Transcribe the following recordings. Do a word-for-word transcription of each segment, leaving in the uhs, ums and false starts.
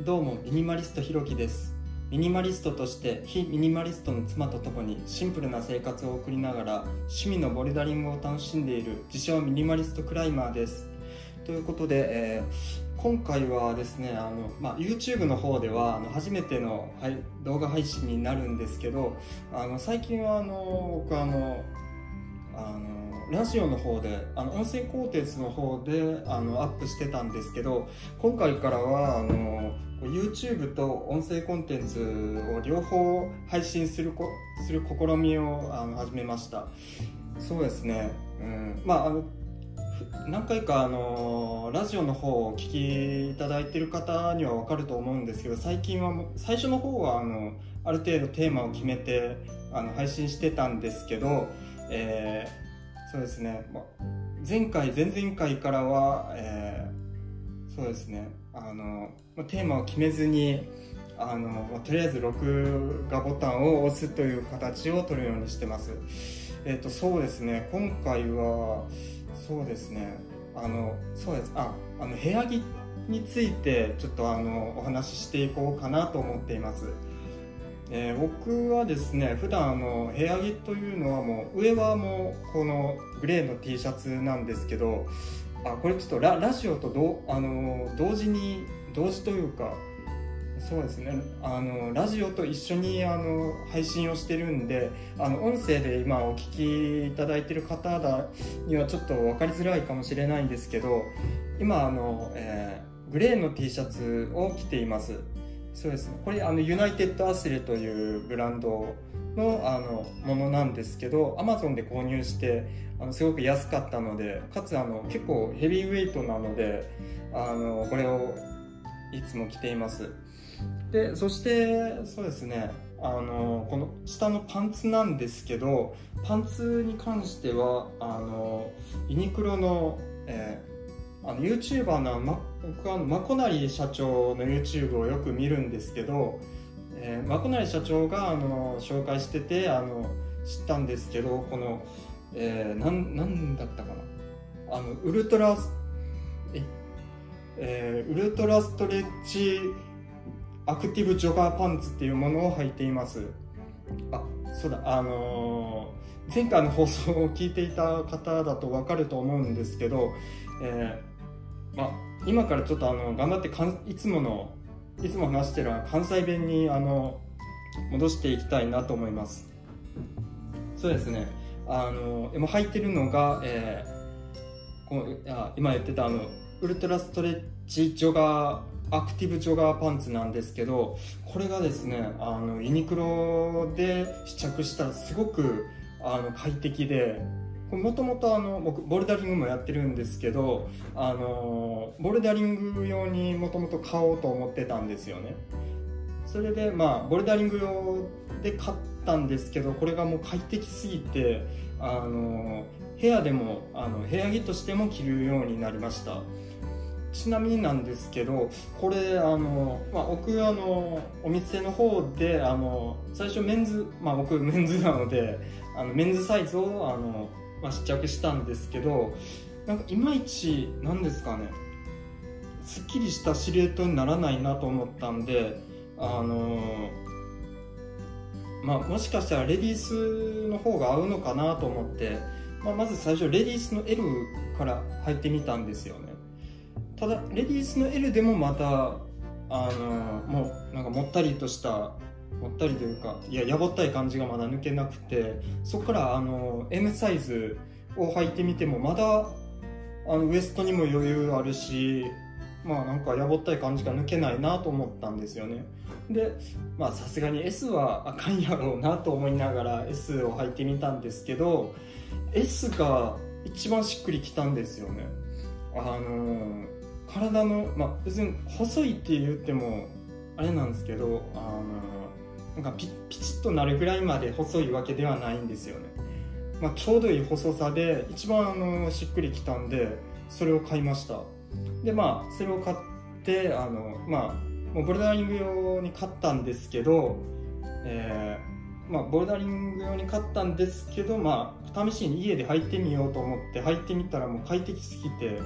どうも、ミニマリストひろきです。ミニマリストとして非ミニマリストの妻と共にシンプルな生活を送りながら趣味のボルダリングを楽しんでいる自称ミニマリストクライマーです。ということで、えー、今回はですね、あの、まあ、YouTube の方ではあの初めての、はい、動画配信になるんですけど、あの最近はあの僕あのあのラジオの方であの音声コンテンツの方であのアップしてたんですけど、今回からはあの YouTube と音声コンテンツを両方配信するこする試みをあの始めました。そうですね、うん、まああの何回かあのラジオの方をお聞きいただいている方には分かると思うんですけど、最近はもう最初の方はあのある程度テーマを決めてあの配信してたんですけど、えーそうですね、前回前々回からは、えー、そうですね、あのテーマを決めずにあのとりあえず録画ボタンを押すという形を取るようにしてます。えっとそうですね、今回はそうですね、あのそうですああの部屋着についてちょっとあのお話ししていこうかなと思っています。えー、僕はですね、普段あの部屋着というのはもう上はもうこのグレーの T シャツなんですけど、あこれちょっと ラ, ラジオとどあの同時に同時というか、そうですね、あのラジオと一緒にあの配信をしてるんで、あの音声で今お聞きいただいてる方にはちょっと分かりづらいかもしれないんですけど、今あの、えー、グレーの T シャツを着ています。そうですね、これあのユナイテッドアスレというブランド の, あのものなんですけど、 Amazon で購入してあのすごく安かったので、かつあの結構ヘビーウェイトなので、あのこれをいつも着ています。でそしてそうですね、あのこの下のパンツなんですけど、パンツに関してはあのユニクロの、えーあの YouTuber の、ま、僕はまこなり社長の YouTube をよく見るんですけど、えー、まこなり社長があの紹介しててあの知ったんですけど、この、えー、なんなんだったかな、あのウルトラえ、えー、ウルトラストレッチアクティブジョガーパンツっていうものを履いています。あ、そうだ、あのー、前回の放送を聞いていた方だと分かると思うんですけど、えーまあ、今からちょっとあの頑張ってかんいつものいつも話してる関西弁にあの戻していきたいなと思います。そうですね、あの今履いてるのが、えー、このあ今言ってたあのウルトラストレッチジョガーアクティブジョガーパンツなんですけど、これがですね、あのユニクロで試着したらすごくあの快適で、もともと僕ボルダリングもやってるんですけど、あのボルダリング用にもともと買おうと思ってたんですよね。それでまあボルダリング用で買ったんですけど、これがもう快適すぎて、あの部屋でもあの部屋着としても着るようになりました。ちなみになんですけど、これあの、まあ、僕あのお店の方であの最初メンズ、まあ、僕メンズなのであのメンズサイズをあのまあ、試着したんですけど、なんかいまいちなんですかね、すっきりしたシルエットにならないなと思ったんで、あのーまあ、もしかしたらレディースの方が合うのかなと思って、まあ、まず最初レディースの エル から履いてみたんですよね。ただレディースの エル でもまた、あのー、もうなんかもったりとしたもったりというか、いややぼったい感じがまだ抜けなくて、そこからあの エム サイズを履いてみてもまだあのウエストにも余裕あるし、まあなんかやぼったい感じが抜けないなと思ったんですよね。でまあさすがに エス はあかんやろうなと思いながら エス を履いてみたんですけど、 エス が一番しっくりきたんですよね。あの体の、まあ別に細いって言ってもあれなんですけど、あのなんか ピ, ピチッとなるぐらいまで細いわけではないんですよね。まあ、ちょうどいい細さで一番あのしっくりきたんで、それを買いました。でまあそれを買ってあのまあもうボルダリング用に買ったんですけど、えー、まあボルダリング用に買ったんですけど、まあ試しに家で履いてみようと思って履いてみたらもう快適すぎて、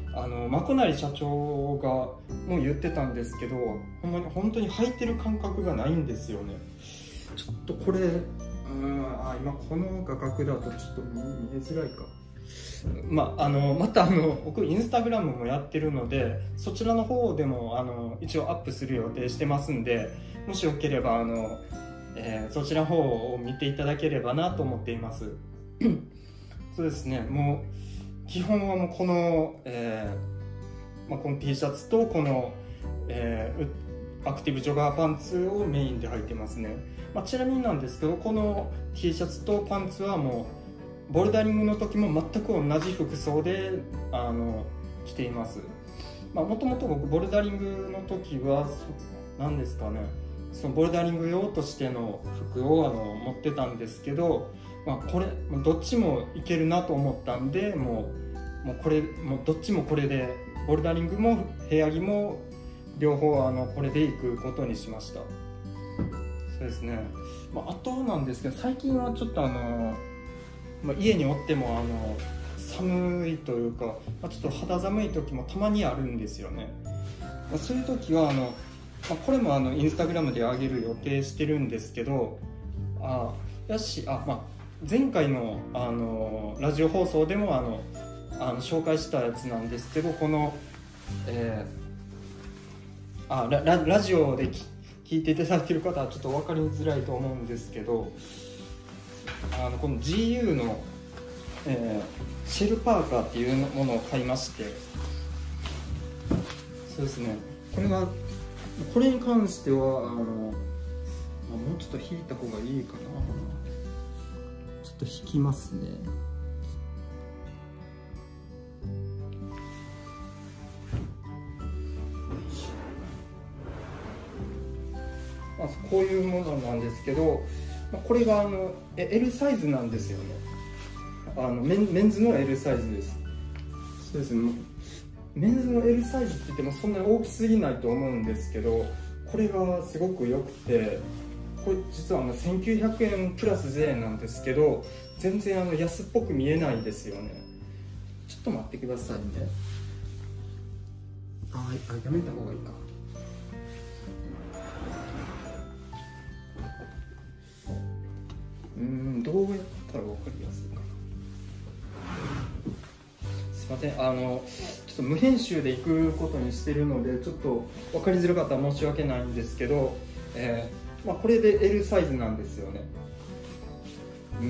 あのまこなり社長がもう言ってたんですけど、ほんまに本当に履いてる感覚がないんですよね。ちょっとこれ、うんあ今この画角だとちょっと見えづらいか。まあ、あのまたあの僕インスタグラムもやってるので、そちらの方でもあの一応アップする予定してますんで、もしよければあの、えー、そちらの方を見ていただければなと思っています。そうですね、もう基本はもうこの、えーまあ、この T シャツとこの、えー、アクティブジョガーパンツをメインで履いてますね。まあ、ちなみになんですけど、この T シャツとパンツはもうボルダリングの時も全く同じ服装であの着ています。もともと僕ボルダリングの時は何ですかね、そのボルダリング用としての服をあの持ってたんですけど、まあ、これどっちもいけるなと思ったんで、もう、もうこれもうどっちもこれで、ボルダリングも部屋着も両方あのこれで行くことにしました。そうですね、まあ、あとなんですけど、最近はちょっとあのまあ、家におってもあの寒いというか、まあ、ちょっと肌寒い時もたまにあるんですよね。まあ、そういう時はあの、まあ、これもあのインスタグラムで上げる予定してるんですけど、あやしあ、まあ、前回のあのラジオ放送でもあのあの紹介したやつなんですけど、この、えー、あ ラ, ラ, ラジオで聞いていただいている方はちょっと分かりづらいと思うんですけど、あのこの ジーユー の、えー、シェルパーカーっていうものを買いまして、そうですね、これがこれに関してはあの、まあ、もうちょっと引いた方がいいかな。ちょっと引きますね。まあ、こういうものなんですけど、これがあの エル サイズなんですよね。あの メン, メンズの エル サイズです。そうですね、メンズの エル サイズって言ってもそんなに大きすぎないと思うんですけど、これがすごく良くて、これ実はあのせんきゅうひゃくえんプラス税なんですけど、全然あの安っぽく見えないですよね。ちょっと待ってくださいね。ああ、やめた方がいいか。うん、どうやったら分かりやすいかな。すいません、あのちょっと無編集でいくことにしてるので、ちょっと分かりづらかったら申し訳ないんですけど、えーまあ、これで エル サイズなんですよね。うん、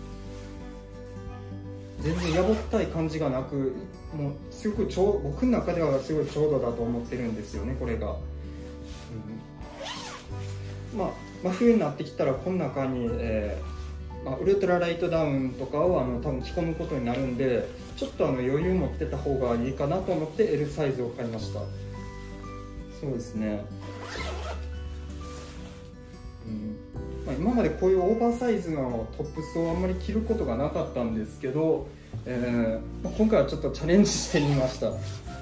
全然やぼったい感じがなく、もうすごくちょう僕の中ではすごいちょうどだと思ってるんですよね、これが。うん、まあ真冬になってきたらこの中に、えーまあ、ウルトラライトダウンとかをあの多分着込むことになるんで、ちょっとあの余裕持ってた方がいいかなと思って エル サイズを買いました。そうですね、うんまあ、今までこういうオーバーサイズのトップスをあんまり着ることがなかったんですけど、えーまあ、今回はちょっとチャレンジしてみました。まあ、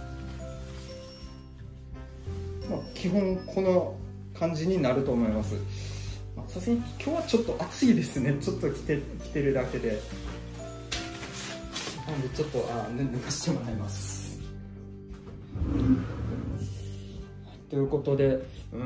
基本この感じになると思います。さすがに今日はちょっと暑いですね。ちょっと着て着てるだけで。なんでちょっとあ脱がしてもらいます。ということで、うん、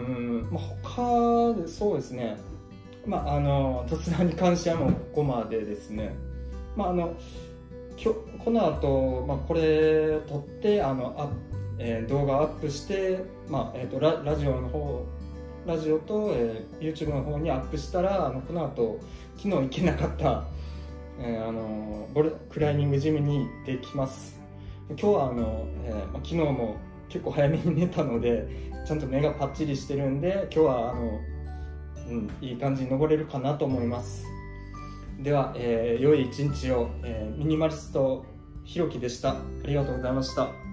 まあ、他でそうですね。まああの突然に関してはもうここまでですね。まああの今日この後、まあこれ撮ってあのあ、えー、動画アップして、まあえっ、ー、と ラ, ラジオの方。ラジオと、えー、YouTube の方にアップしたら、あのこの後昨日行けなかった、えー、あのボルクライミングジムに行ってきます。今日はあの、えーまあ、昨日も結構早めに寝たのでちゃんと目がパッチリしてるんで、今日はあの、うん、いい感じに登れるかなと思います。では、えー、良い一日を、えー、ミニマリストひろきでした。ありがとうございました。